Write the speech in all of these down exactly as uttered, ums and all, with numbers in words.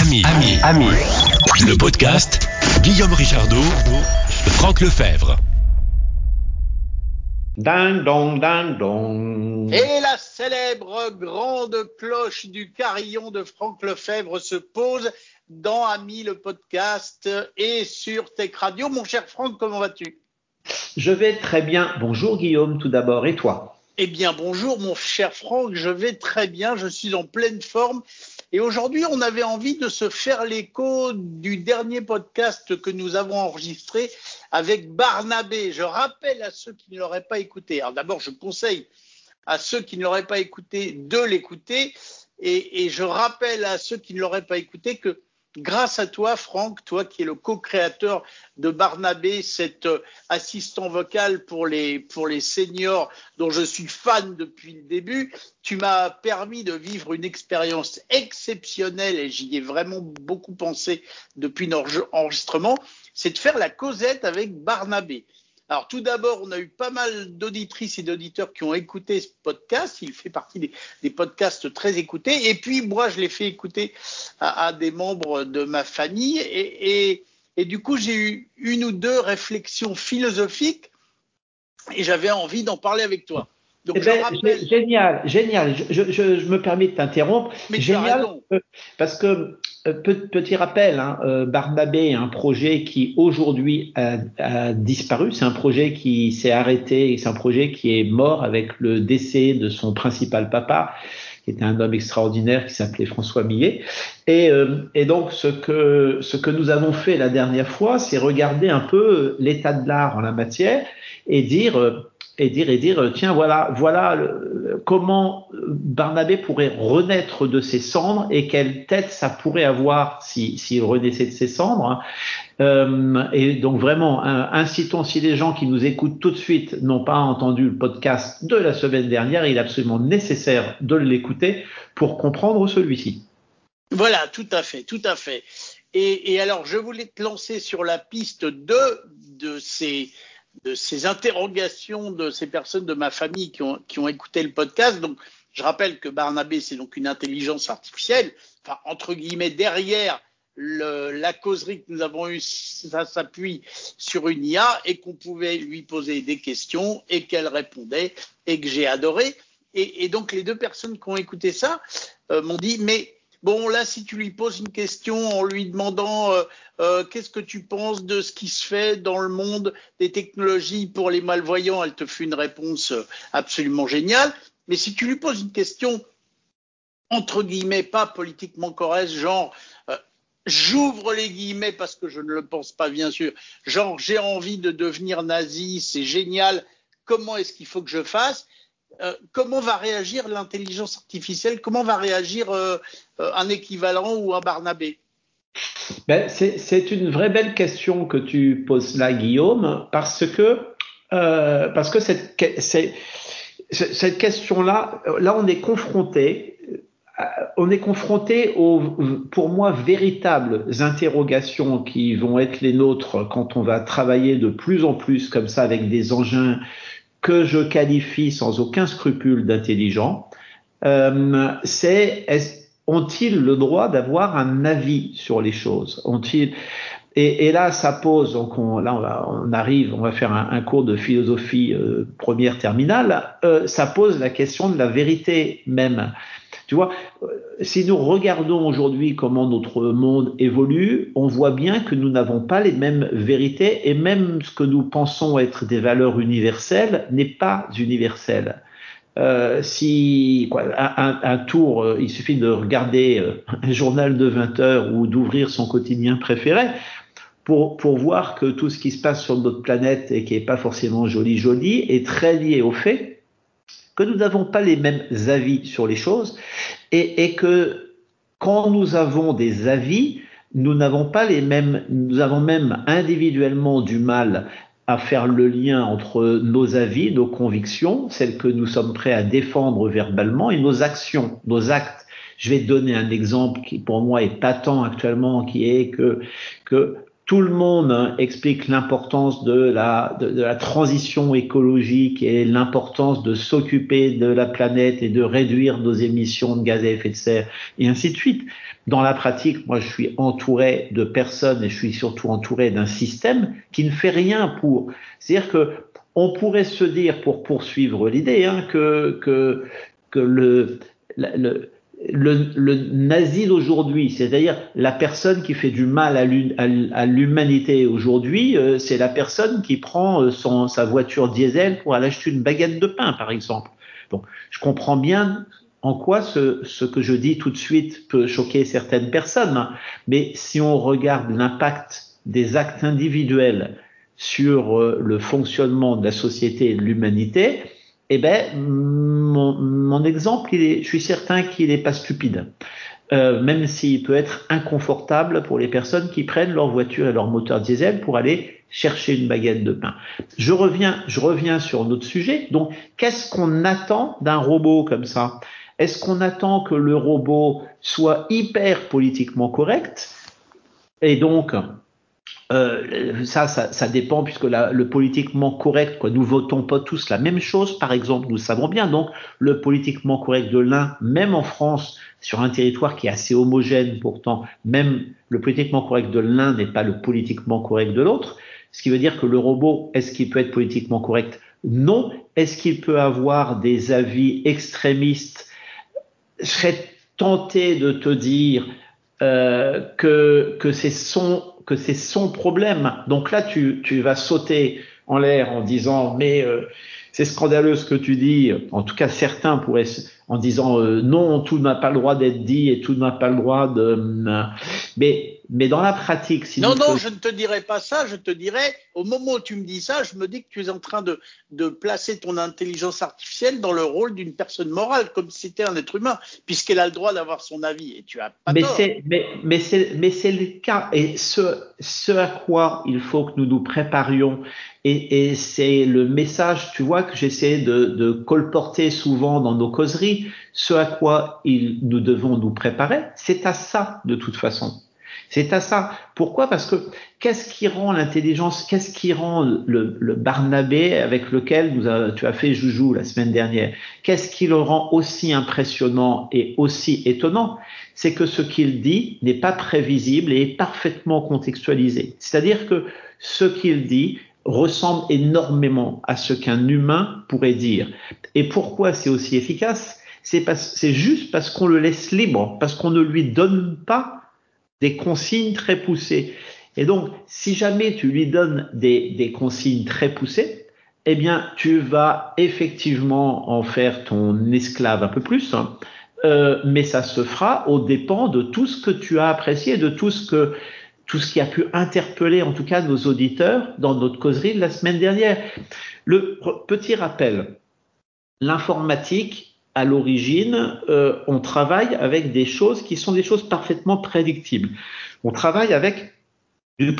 Ami, ami, ami. Le podcast Guillaume Richardot, Franck Lefebvre. Ding dong, ding dong. Et la célèbre grande cloche du carillon de Franck Lefebvre se pose dans Ami le podcast et sur Tech Radio. Mon cher Franck, comment vas-tu? Je vais très bien. Bonjour Guillaume, tout d'abord. Et toi? Eh bien, bonjour mon cher Franck, je vais très bien, je suis en pleine forme. Et aujourd'hui, on avait envie de se faire l'écho du dernier podcast que nous avons enregistré avec Barnabé. Je rappelle à ceux qui ne l'auraient pas écouté. Alors d'abord, je conseille à ceux qui ne l'auraient pas écouté de l'écouter. Et, et je rappelle à ceux qui ne l'auraient pas écouté que grâce à toi, Franck, toi qui es le co-créateur de Barnabé, cet euh, assistant vocal pour les, pour les seniors dont je suis fan depuis le début, tu m'as permis de vivre une expérience exceptionnelle et j'y ai vraiment beaucoup pensé depuis notre enregistrement, c'est de faire la causette avec Barnabé. Alors tout d'abord, on a eu pas mal d'auditrices et d'auditeurs qui ont écouté ce podcast. Il fait partie des, des podcasts très écoutés. Et puis moi, je l'ai fait écouter à, à des membres de ma famille. Et, et, et du coup, j'ai eu une ou deux réflexions philosophiques et j'avais envie d'en parler avec toi. Donc, eh ben, rappelle... Génial, génial. Je, je, je, je me permets de t'interrompre. Mais génial, tu as raison. Parce que, petit rappel, hein, Barnabé est un projet qui aujourd'hui a, a disparu. C'est un projet qui s'est arrêté. C'est un projet qui est mort avec le décès de son principal papa, qui était un homme extraordinaire qui s'appelait François Millet. Et, euh, et donc, ce que, ce que nous avons fait la dernière fois, c'est regarder un peu l'état de l'art en la matière et dire... Euh, et dire et dire tiens voilà voilà le, comment Barnabé pourrait renaître de ses cendres et quelle tête ça pourrait avoir si s'il renaissait de ses cendres. Euh, et donc vraiment hein, incitons si les gens qui nous écoutent tout de suite n'ont pas entendu le podcast de la semaine dernière, il est absolument nécessaire de l'écouter pour comprendre celui-ci. Voilà, tout à fait, tout à fait. Et, et alors je voulais te lancer sur la piste de de ces de ces interrogations de ces personnes de ma famille qui ont, qui ont écouté le podcast. Donc, je rappelle que Barnabé, c'est donc une intelligence artificielle. Enfin, entre guillemets, derrière le, la causerie que nous avons eue, ça s'appuie sur une I A et qu'on pouvait lui poser des questions et qu'elle répondait et que j'ai adoré. Et, et donc, les deux personnes qui ont écouté ça euh, m'ont dit, mais bon, là, si tu lui poses une question en lui demandant euh, euh, qu'est-ce que tu penses de ce qui se fait dans le monde des technologies pour les malvoyants, elle te fait une réponse absolument géniale. Mais si tu lui poses une question, entre guillemets, pas politiquement correcte, genre, euh, j'ouvre les guillemets parce que je ne le pense pas, bien sûr, genre, j'ai envie de devenir nazi, c'est génial, comment est-ce qu'il faut que je fasse ? Euh, comment va réagir l'intelligence artificielle? Comment va réagir euh, euh, un équivalent ou un Barnabé? Ben, c'est, c'est une vraie belle question que tu poses là, Guillaume, parce que euh, parce que cette, c'est, cette question-là, là, on est confronté, on est confronté aux, pour moi, véritables interrogations qui vont être les nôtres quand on va travailler de plus en plus comme ça avec des engins que je qualifie sans aucun scrupule d'intelligents. Euh, c'est est-ce ont-ils le droit d'avoir un avis sur les choses? Ont-ils et, et là, ça pose. Donc, on, là, on, va, on arrive, on va faire un, un cours de philosophie euh, première terminale. Euh, ça pose la question de la vérité même. Tu vois, si nous regardons aujourd'hui comment notre monde évolue, on voit bien que nous n'avons pas les mêmes vérités et même ce que nous pensons être des valeurs universelles n'est pas universel. Euh, si quoi, un, un tour, euh, il suffit de regarder euh, un journal de vingt heures ou d'ouvrir son quotidien préféré pour, pour voir que tout ce qui se passe sur notre planète et qui n'est pas forcément joli joli est très lié au fait que nous n'avons pas les mêmes avis sur les choses et, et que quand nous avons des avis, nous n'avons pas les mêmes, nous avons même individuellement du mal à faire le lien entre nos avis, nos convictions, celles que nous sommes prêts à défendre verbalement, et nos actions, nos actes. Je vais te donner un exemple qui pour moi est patent actuellement, qui est que, que tout le monde hein, explique l'importance de la, de, de la transition écologique et l'importance de s'occuper de la planète et de réduire nos émissions de gaz à effet de serre et ainsi de suite. Dans la pratique, moi, je suis entouré de personnes et je suis surtout entouré d'un système qui ne fait rien pour. C'est-à-dire que on pourrait se dire, pour poursuivre l'idée, hein, que que que le le Le, le nazi d'aujourd'hui, c'est-à-dire la personne qui fait du mal à l'humanité aujourd'hui, euh, c'est la personne qui prend son, sa voiture diesel pour aller acheter une baguette de pain, par exemple. Bon, je comprends bien en quoi ce, ce que je dis tout de suite peut choquer certaines personnes, hein, mais si on regarde l'impact des actes individuels sur euh, le fonctionnement de la société et de l'humanité, eh ben, mon, mon exemple, il est, je suis certain qu'il n'est pas stupide, euh, même s'il peut être inconfortable pour les personnes qui prennent leur voiture et leur moteur diesel pour aller chercher une baguette de pain. Je reviens, je reviens sur notre sujet. Donc, qu'est-ce qu'on attend d'un robot comme ça? Est-ce qu'on attend que le robot soit hyper politiquement correct et donc Euh, ça, ça, ça dépend puisque la, le politiquement correct, quoi, nous votons pas tous la même chose, par exemple, nous le savons bien. Donc, le politiquement correct de l'un, même en France, sur un territoire qui est assez homogène, pourtant, même le politiquement correct de l'un n'est pas le politiquement correct de l'autre. Ce qui veut dire que le robot, est-ce qu'il peut être politiquement correct? Non. Est-ce qu'il peut avoir des avis extrémistes? Je serais tenté de te dire euh, que que c'est son que c'est son problème. Donc là, tu tu vas sauter en l'air en disant mais euh, c'est scandaleux ce que tu dis. En tout cas, certains pourraient en disant euh, non, tout n'a pas le droit d'être dit et tout n'a pas le droit de. Euh, mais mais dans la pratique, si Non, nous non, faisons je ne te dirai pas ça. Je te dirai, au moment où tu me dis ça, je me dis que tu es en train de, de placer ton intelligence artificielle dans le rôle d'une personne morale, comme si c'était un être humain, puisqu'elle a le droit d'avoir son avis. Et tu as pas Mais tort. c'est, mais, mais c'est, mais c'est le cas. Et ce, ce à quoi il faut que nous nous préparions, et, et c'est le message, tu vois, que j'essaie de, de colporter souvent dans nos causeries, ce à quoi il, nous devons nous préparer, c'est à ça, de toute façon. C'est à ça. Pourquoi? Parce que qu'est-ce qui rend l'intelligence, qu'est-ce qui rend le, le Barnabé avec lequel nous a, tu as fait Joujou la semaine dernière, qu'est-ce qui le rend aussi impressionnant et aussi étonnant? C'est que ce qu'il dit n'est pas prévisible et est parfaitement contextualisé. C'est-à-dire que ce qu'il dit ressemble énormément à ce qu'un humain pourrait dire. Et pourquoi c'est aussi efficace? C'est, parce, c'est juste parce qu'on le laisse libre, parce qu'on ne lui donne pas des consignes très poussées. Et donc, si jamais tu lui donnes des, des consignes très poussées, eh bien, tu vas effectivement en faire ton esclave un peu plus, hein, euh, mais ça se fera aux dépens de tout ce que tu as apprécié, de tout ce que tout ce qui a pu interpeller en tout cas nos auditeurs dans notre causerie de la semaine dernière. Le petit rappel, l'informatique, à l'origine, euh, on travaille avec des choses qui sont des choses parfaitement prédictibles. On travaille avec du,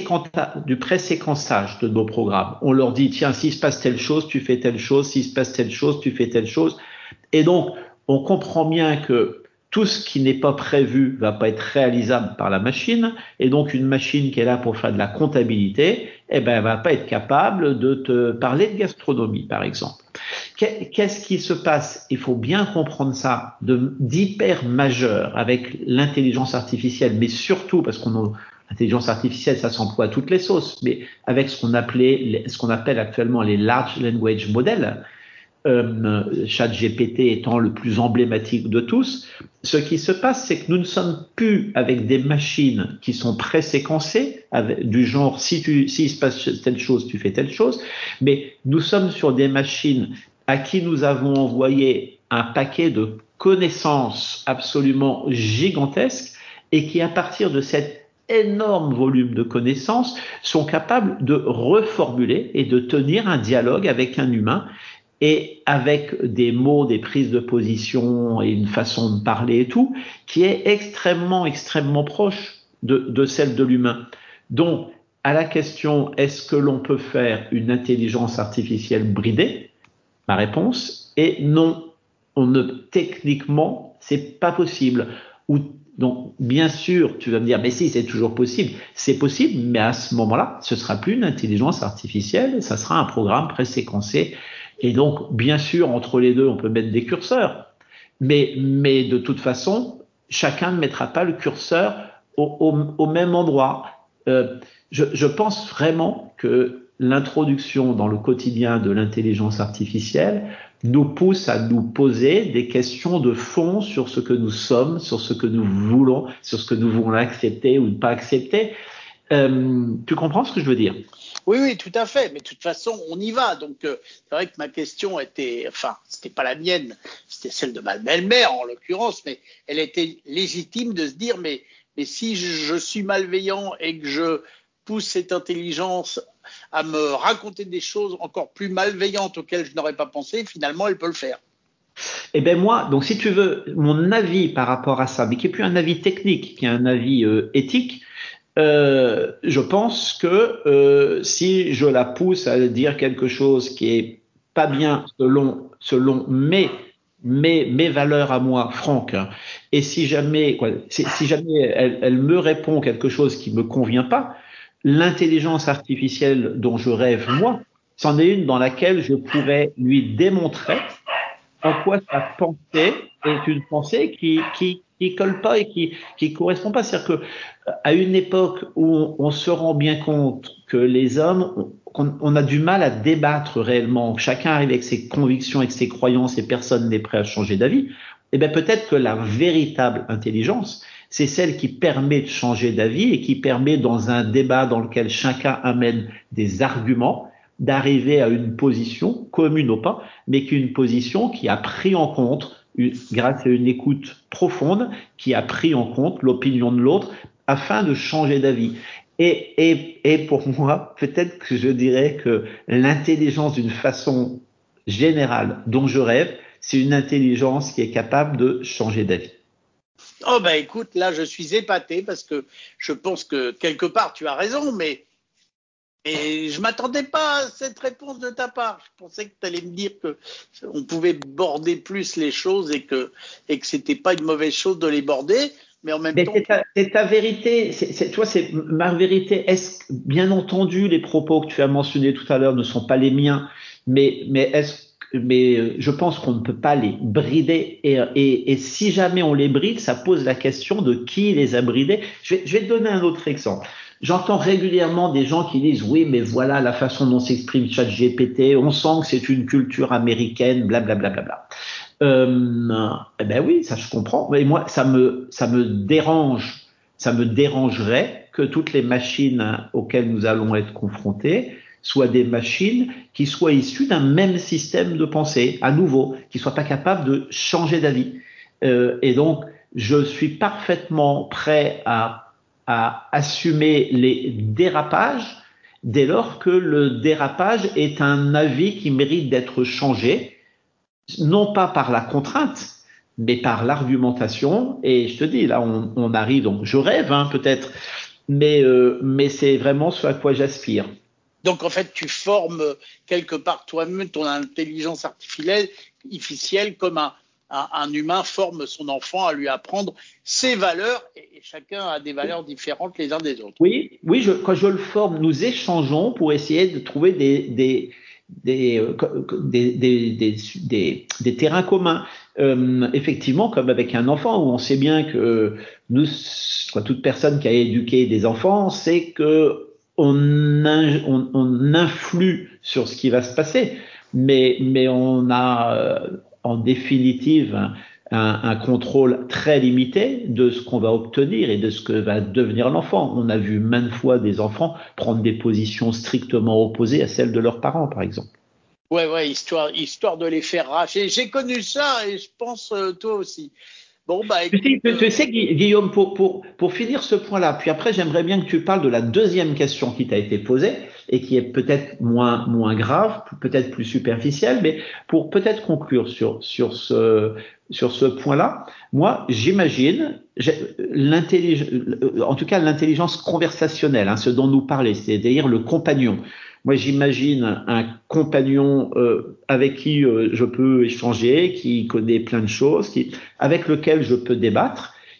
du pré-séquençage de nos programmes. On leur dit, tiens, s'il se passe telle chose, tu fais telle chose, s'il se passe telle chose, tu fais telle chose. Et donc, on comprend bien que tout ce qui n'est pas prévu va pas être réalisable par la machine, et donc une machine qui est là pour faire de la comptabilité, eh ben, elle va pas être capable de te parler de gastronomie, par exemple. Qu'est-ce qui se passe? Il faut bien comprendre ça de, d'hyper majeur avec l'intelligence artificielle, mais surtout parce qu'on l'intelligence artificielle, ça s'emploie à toutes les sauces, mais avec ce qu'on appelait, ce qu'on appelle actuellement les large language models, euh, ChatGPT étant le plus emblématique de tous, ce qui se passe, c'est que nous ne sommes plus avec des machines qui sont pré-séquencées, avec, du genre si tu, s'il se passe telle chose, tu fais telle chose, mais nous sommes sur des machines à qui nous avons envoyé un paquet de connaissances absolument gigantesques et qui, à partir de cet énorme volume de connaissances, sont capables de reformuler et de tenir un dialogue avec un humain et avec des mots, des prises de position et une façon de parler et tout, qui est extrêmement, extrêmement proche de, de celle de l'humain. Donc, à la question, est-ce que l'on peut faire une intelligence artificielle bridée? Ma réponse est non. On ne, techniquement, c'est pas possible. Ou Donc, bien sûr, tu vas me dire, mais si, c'est toujours possible. C'est possible, mais à ce moment-là, ce sera plus une intelligence artificielle, ça sera un programme préséquencé. Et donc, bien sûr, entre les deux, on peut mettre des curseurs. Mais, mais de toute façon, chacun ne mettra pas le curseur au, au, au même endroit. Euh, je, je pense vraiment que l'introduction dans le quotidien de l'intelligence artificielle nous pousse à nous poser des questions de fond sur ce que nous sommes, sur ce que nous voulons, sur ce que nous voulons accepter ou ne pas accepter. Euh, tu comprends ce que je veux dire? Oui, oui, tout à fait. Mais de toute façon, on y va. Donc, euh, c'est vrai que ma question était, enfin, c'était pas la mienne, c'était celle de ma belle-mère en l'occurrence, mais elle était légitime de se dire, mais, mais si je, je suis malveillant et que je pousse cette intelligence à me raconter des choses encore plus malveillantes auxquelles je n'aurais pas pensé, finalement, elle peut le faire. Eh ben moi, donc si tu veux, mon avis par rapport à ça, mais qui est plus un avis technique, qui est un avis euh, éthique, euh, je pense que euh, si je la pousse à dire quelque chose qui est pas bien selon selon mes mes mes valeurs à moi, Franck, hein, et si jamais quoi, si, si jamais elle, elle me répond quelque chose qui me convient pas, l'intelligence artificielle dont je rêve moi, c'en est une dans laquelle je pourrais lui démontrer en quoi sa pensée est une pensée qui qui qui colle pas et qui qui correspond pas. C'est-à-dire que à une époque où on, on se rend bien compte que les hommes, on, on a du mal à débattre réellement, chacun arrive avec ses convictions, avec ses croyances et personne n'est prêt à changer d'avis, eh bien peut-être que la véritable intelligence, c'est celle qui permet de changer d'avis et qui permet dans un débat dans lequel chacun amène des arguments, d'arriver à une position commune ou pas, mais qu'une position qui a pris en compte, grâce à une écoute profonde, qui a pris en compte l'opinion de l'autre afin de changer d'avis. Et, et, et pour moi, peut-être que je dirais que l'intelligence d'une façon générale dont je rêve, c'est une intelligence qui est capable de changer d'avis. Oh, ben écoute, là, je suis épaté parce que je pense que quelque part, tu as raison, mais et je m'attendais pas à cette réponse de ta part. Je pensais que tu allais me dire que on pouvait border plus les choses et que et que c'était pas une mauvaise chose de les border, mais en même Mais temps, c'est tu... ta, c'est ta vérité, c'est, c'est, toi, c'est ma vérité. Est-ce, bien entendu, les propos que tu as mentionnés tout à l'heure ne sont pas les miens, mais, mais est-ce, mais je pense qu'on ne peut pas les brider et, et, et si jamais on les bride, ça pose la question de qui les a bridés. Je vais, je vais te donner un autre exemple. J'entends régulièrement des gens qui disent oui, mais voilà la façon dont s'exprime ChatGPT, on sent que c'est une culture américaine, blablabla. Bla, bla, bla. Euh, eh ben oui, ça je comprends. Mais moi, ça me, ça me dérange, ça me dérangerait que toutes les machines auxquelles nous allons être confrontés soient des machines qui soient issues d'un même système de pensée, à nouveau, qui soient pas capables de changer d'avis. Euh, et donc, je suis parfaitement prêt à, à assumer les dérapages dès lors que le dérapage est un avis qui mérite d'être changé non pas par la contrainte, mais par l'argumentation. Et je te dis, là, on, on arrive, donc je rêve hein, peut-être, mais, euh, mais c'est vraiment ce à quoi j'aspire. Donc en fait, tu formes quelque part toi-même ton intelligence artificielle, artificielle comme un, un, un humain forme son enfant à lui apprendre ses valeurs et, et chacun a des valeurs différentes les uns des autres. Oui, oui, je, quand je le forme, nous échangeons pour essayer de trouver des, des, des, euh, des, des, des, des, des terrains communs. Euh, effectivement, comme avec un enfant, où on sait bien que nous, quoi, toute personne qui a éduqué des enfants, sait que on, on, on influe sur ce qui va se passer, mais, mais on a euh, en définitive un, un, un contrôle très limité de ce qu'on va obtenir et de ce que va devenir l'enfant. On a vu maintes fois des enfants prendre des positions strictement opposées à celles de leurs parents, par exemple. Ouais, ouais, histoire, histoire de les faire racher. J'ai connu ça et je pense euh, toi aussi. Bon, bah Tu sais, écoute, tu, tu euh, sais, Guillaume, pour, pour, pour finir ce point-là, puis après j'aimerais bien que tu parles de la deuxième question qui t'a été posée et qui est peut-être moins, moins grave, peut-être plus superficielle, mais pour peut-être conclure sur, sur ce, sur ce point-là, moi j'imagine l'intelligence, en tout cas l'intelligence conversationnelle, hein, ce dont nous parlait, c'est-à-dire le compagnon. Moi, j'imagine un compagnon euh, avec qui euh, je peux échanger, qui connaît plein de choses, qui, avec lequel je peux débattre,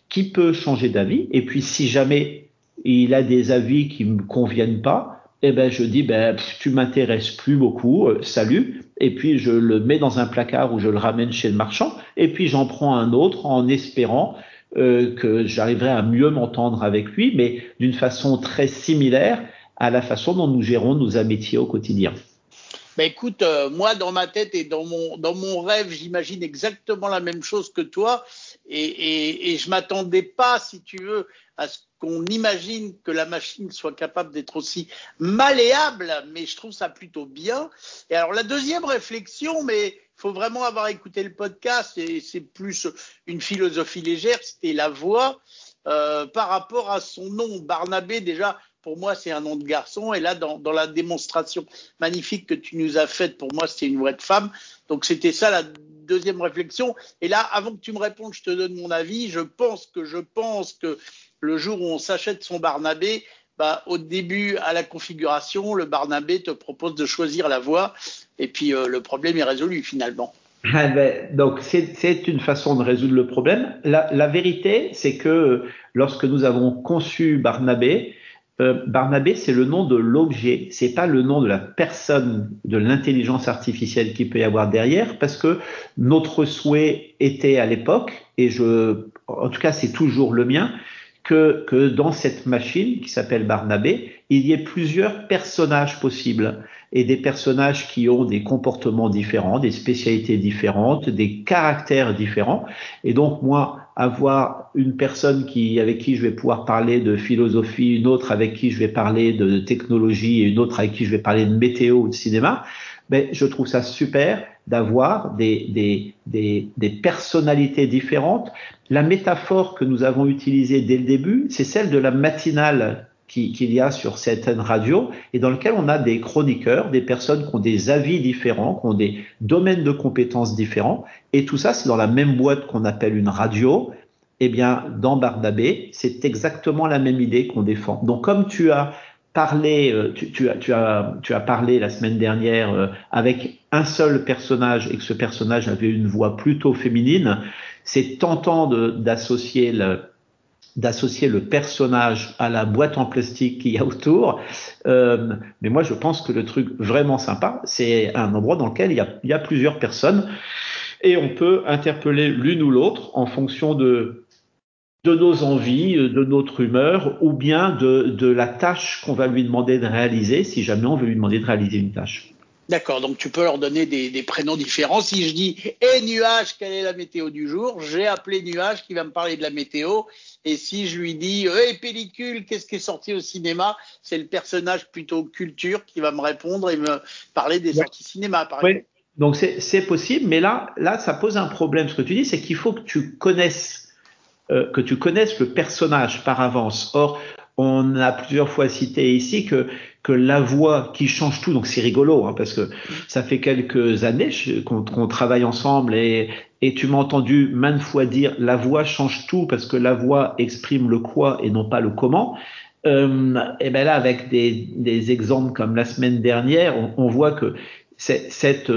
qui peut changer d'avis. Et puis, si jamais il a des avis qui me conviennent pas, eh ben, je dis, ben, pff, tu m'intéresses plus beaucoup, euh, salut. Et puis, je le mets dans un placard ou je le ramène chez le marchand. Et puis, j'en prends un autre en espérant euh, que j'arriverai à mieux m'entendre avec lui, mais d'une façon très similaire à la façon dont nous gérons nos amitiés au quotidien. Ben écoute, euh, moi dans ma tête et dans mon dans mon rêve, j'imagine exactement la même chose que toi, et et, et je m'attendais pas, si tu veux, à ce qu'on imagine que la machine soit capable d'être aussi malléable, mais je trouve ça plutôt bien. Et alors la deuxième réflexion, mais il faut vraiment avoir écouté le podcast, et c'est plus une philosophie légère, c'était la voix euh, par rapport à son nom, Barnabé. Déjà, pour moi, c'est un nom de garçon. Et là, dans, dans la démonstration magnifique que tu nous as faite, pour moi, c'était une voix de femme. Donc, c'était ça la deuxième réflexion. Et là, avant que tu me répondes, je te donne mon avis. Je pense que, je pense que le jour où on s'achète son Barnabé, bah, au début, à la configuration, le Barnabé te propose de choisir la voix. Et puis, euh, le problème est résolu finalement. Ah ben, donc, c'est, c'est une façon de résoudre le problème. La, la vérité, c'est que lorsque nous avons conçu Barnabé, euh, Barnabé, c'est le nom de l'objet, c'est pas le nom de la personne, de l'intelligence artificielle qui peut y avoir derrière, parce que notre souhait était à l'époque, et je, en tout cas, c'est toujours le mien, que, que dans cette machine qui s'appelle Barnabé, il y ait plusieurs personnages possibles, et des personnages qui ont des comportements différents, des spécialités différentes, des caractères différents. Et donc moi, avoir une personne qui, avec qui je vais pouvoir parler de philosophie, une autre avec qui je vais parler de technologie et une autre avec qui je vais parler de météo ou de cinéma, ben, je trouve ça super d'avoir des, des, des, des personnalités différentes. La métaphore que nous avons utilisée dès le début, c'est celle de la matinale qu'il y a sur certaines radios et dans lequel on a des chroniqueurs, des personnes qui ont des avis différents, qui ont des domaines de compétences différents. Et tout ça, c'est dans la même boîte qu'on appelle une radio. Eh bien, dans Barnabé, c'est exactement la même idée qu'on défend. Donc, comme tu as parlé, tu, tu, as, tu, as, tu as parlé la semaine dernière avec un seul personnage et que ce personnage avait une voix plutôt féminine, c'est tentant de, d'associer le d'associer le personnage à la boîte en plastique qu'il y a autour. Euh, mais moi, je pense que le truc vraiment sympa, c'est un endroit dans lequel il y a, il y a plusieurs personnes et on peut interpeller l'une ou l'autre en fonction de, de nos envies, de notre humeur ou bien de, de la tâche qu'on va lui demander de réaliser si jamais on veut lui demander de réaliser une tâche. D'accord, donc tu peux leur donner des, des prénoms différents. Si je dis « Hé nuage, quelle est la météo du jour ?» j'ai appelé Nuage qui va me parler de la météo. Et si je lui dis « Hé pellicule, qu'est-ce qui est sorti au cinéma ?» c'est le personnage plutôt culture qui va me répondre et me parler des Ouais. sorties cinéma, par Oui. exemple. Donc c'est, c'est possible, mais là, là, ça pose un problème. Ce que tu dis, c'est qu'il faut que tu connaisses, euh, que tu connaisses le personnage par avance. Or, on a plusieurs fois cité ici que que la voix qui change tout, donc c'est rigolo hein, parce que ça fait quelques années qu'on, qu'on travaille ensemble et et tu m'as entendu maintes fois dire la voix change tout parce que la voix exprime le quoi et non pas le comment. Euh, et ben là, avec des des exemples comme la semaine dernière, on, on voit que c'est, cette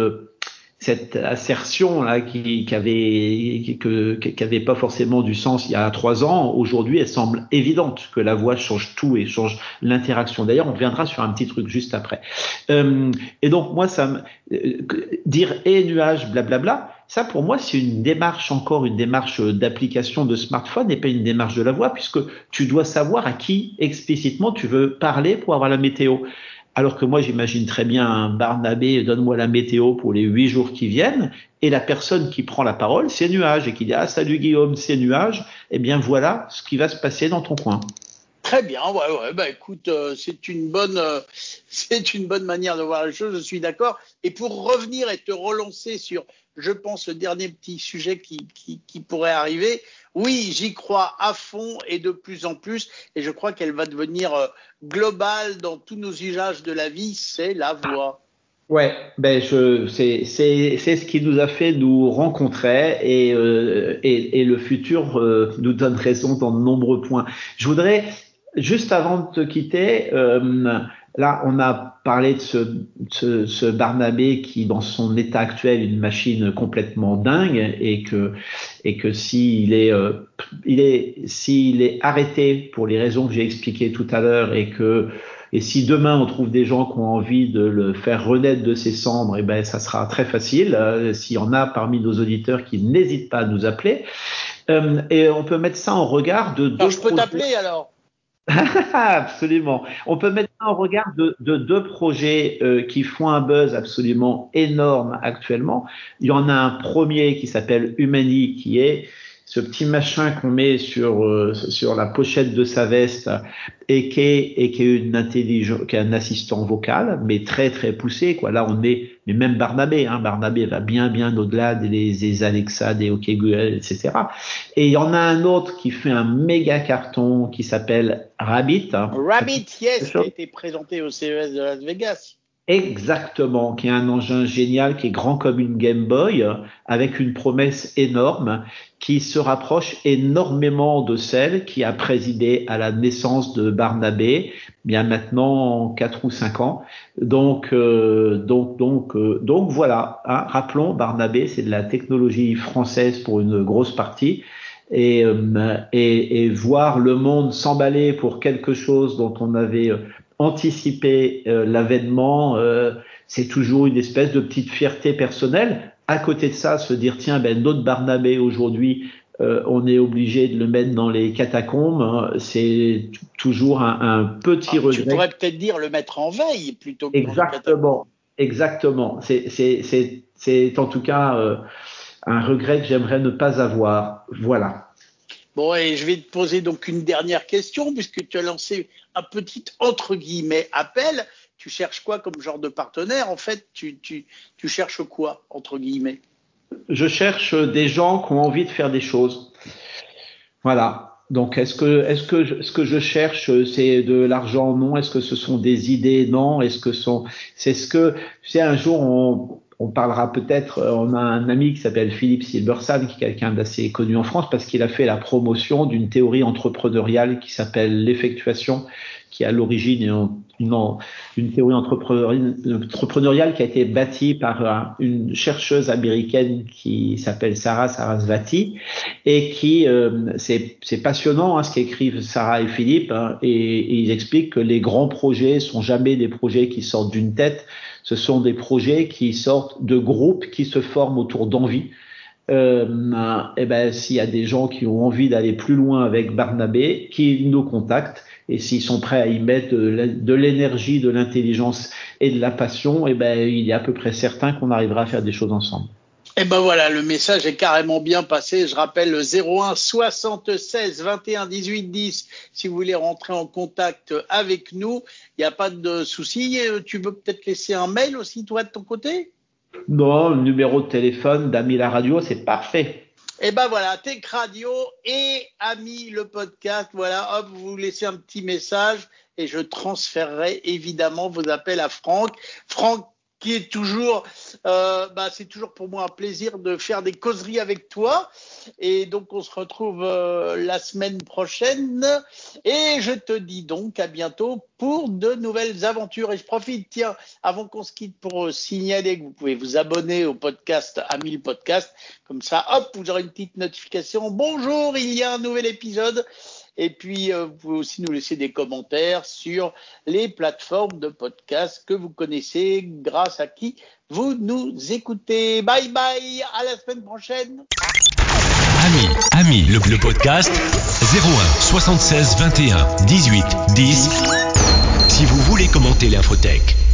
cette assertion là qui, qui avait qui, que, qui avait pas forcément du sens il y a trois ans, aujourd'hui elle semble évidente que la voix change tout et change l'interaction. D'ailleurs, on reviendra sur un petit truc juste après. Euh, et donc moi, ça me euh, dire et nuage, blablabla, ça pour moi c'est une démarche encore une démarche d'application de smartphone et pas une démarche de la voix puisque tu dois savoir à qui explicitement tu veux parler pour avoir la météo. Alors que moi, j'imagine très bien un Barnabé, donne-moi la météo pour les huit jours qui viennent, et la personne qui prend la parole, c'est Nuage, et qui dit « Ah, salut Guillaume, c'est Nuage », eh bien voilà ce qui va se passer dans ton coin. Très bien, ouais, ouais, bah écoute, euh, c'est une bonne, euh, c'est une bonne manière de voir les choses, je suis d'accord. Et pour revenir et te relancer sur, je pense, le dernier petit sujet qui, qui, qui pourrait arriver, oui, j'y crois à fond et de plus en plus, et je crois qu'elle va devenir euh, globale dans tous nos usages de la vie, c'est la voix. Ouais, ben je, c'est, c'est, c'est ce qui nous a fait nous rencontrer et, euh, et, et le futur euh, nous donne raison dans de nombreux points. Je voudrais juste avant de te quitter, euh, là, on a parlé de ce, ce, ce Barnabé qui, dans son état actuel, est une machine complètement dingue et que, et que s'il est, euh, il est, s'il est arrêté pour les raisons que j'ai expliquées tout à l'heure et que, et si demain on trouve des gens qui ont envie de le faire renaître de ses cendres, eh ben, ça sera très facile. Euh, s'il y en a parmi nos auditeurs qui n'hésitent pas à nous appeler. Euh, et on peut mettre ça en regard de deux Alors, je peux projets. t'appeler alors? Absolument. On peut mettre ça en regard de, de deux projets euh, qui font un buzz absolument énorme actuellement. Il y en a un premier qui s'appelle Humani, qui est ce petit machin qu'on met sur euh, sur la pochette de sa veste et qui est et qui est une intelligence, qui est un assistant vocal, mais très très poussé quoi. Là on est, mais même Barnabé, hein, Barnabé va bien bien au-delà des, des Alexa, des OK Google, et cetera. Et il y en a un autre qui fait un méga carton qui s'appelle Rabbit. Hein. Rabbit, yes, qui a été présenté au C E S de Las Vegas. Exactement, qui est un engin génial, qui est grand comme une Game Boy, avec une promesse énorme, qui se rapproche énormément de celle qui a présidé à la naissance de Barnabé, bien maintenant quatre ou cinq ans. Donc, euh, donc, donc, euh, donc voilà. Hein, rappelons, Barnabé, c'est de la technologie française pour une grosse partie. Et, euh, et, et voir le monde s'emballer pour quelque chose dont on avait anticiper euh, l'avènement, euh, c'est toujours une espèce de petite fierté personnelle. À côté de ça, se dire tiens, ben notre Barnabé aujourd'hui, euh, on est obligé de le mettre dans les catacombes. Hein, c'est t- toujours un, un petit Ah, tu regret. pourrais peut-être dire le mettre en veille plutôt que dans les catacombes. Exactement, exactement. C'est c'est c'est c'est en tout cas euh, un regret que j'aimerais ne pas avoir. Voilà. Bon, et je vais te poser donc une dernière question, puisque tu as lancé un petit, entre guillemets, appel. Tu cherches quoi comme genre de partenaire? En fait, tu, tu, tu cherches quoi, entre guillemets? Je cherche des gens qui ont envie de faire des choses. Voilà. Donc, est-ce que, est-ce que je- ce que je cherche, c'est de l'argent? Non. Est-ce que ce sont des idées? Non. Est-ce que sont, c'est ce que, tu sais, un jour, on, on parlera peut-être, euh, on a un ami qui s'appelle Philippe Silbersan, qui est quelqu'un d'assez connu en France parce qu'il a fait la promotion d'une théorie entrepreneuriale qui s'appelle l'effectuation, qui est à l'origine une, une, une théorie entrepreneuriale qui a été bâtie par un- une chercheuse américaine qui s'appelle Sarah Sarasvati et qui euh, c'est c'est passionnant hein, ce qu'écrivent Sarah et Philippe hein, et, et ils expliquent que les grands projets sont jamais des projets qui sortent d'une tête, ce sont des projets qui sortent de groupes qui se forment autour d'envies. Euh, et ben s'il y a des gens qui ont envie d'aller plus loin avec Barnabé, qu'ils nous contactent et s'ils sont prêts à y mettre de l'énergie, de l'intelligence et de la passion, et ben il est à peu près certain qu'on arrivera à faire des choses ensemble. Eh ben voilà, le message est carrément bien passé. Je rappelle le zéro un soixante-seize vingt et un dix-huit dix si vous voulez rentrer en contact avec nous. Il n'y a pas de souci. Tu veux peut-être laisser un mail aussi, toi, de ton côté? Non, le numéro de téléphone d'Ami la radio, c'est parfait. Eh ben voilà, Tech Radio et Ami le podcast. Voilà, hop, vous laissez un petit message et je transférerai évidemment vos appels à Franck. Franck qui est toujours, euh, bah, c'est toujours pour moi un plaisir de faire des causeries avec toi. Et donc, on se retrouve euh, la semaine prochaine. Et je te dis donc à bientôt pour de nouvelles aventures. Et je profite, tiens, avant qu'on se quitte, pour euh, signaler que vous pouvez vous abonner au podcast Ami le podcast. Comme ça, hop, vous aurez une petite notification. Bonjour, il y a un nouvel épisode. Et puis, euh, vous pouvez aussi nous laisser des commentaires sur les plateformes de podcast que vous connaissez, grâce à qui vous nous écoutez. Bye bye, à la semaine prochaine. Ami, Ami, le, le podcast zéro un soixante-seize vingt et un dix-huit dix. Si vous voulez commenter l'infotech.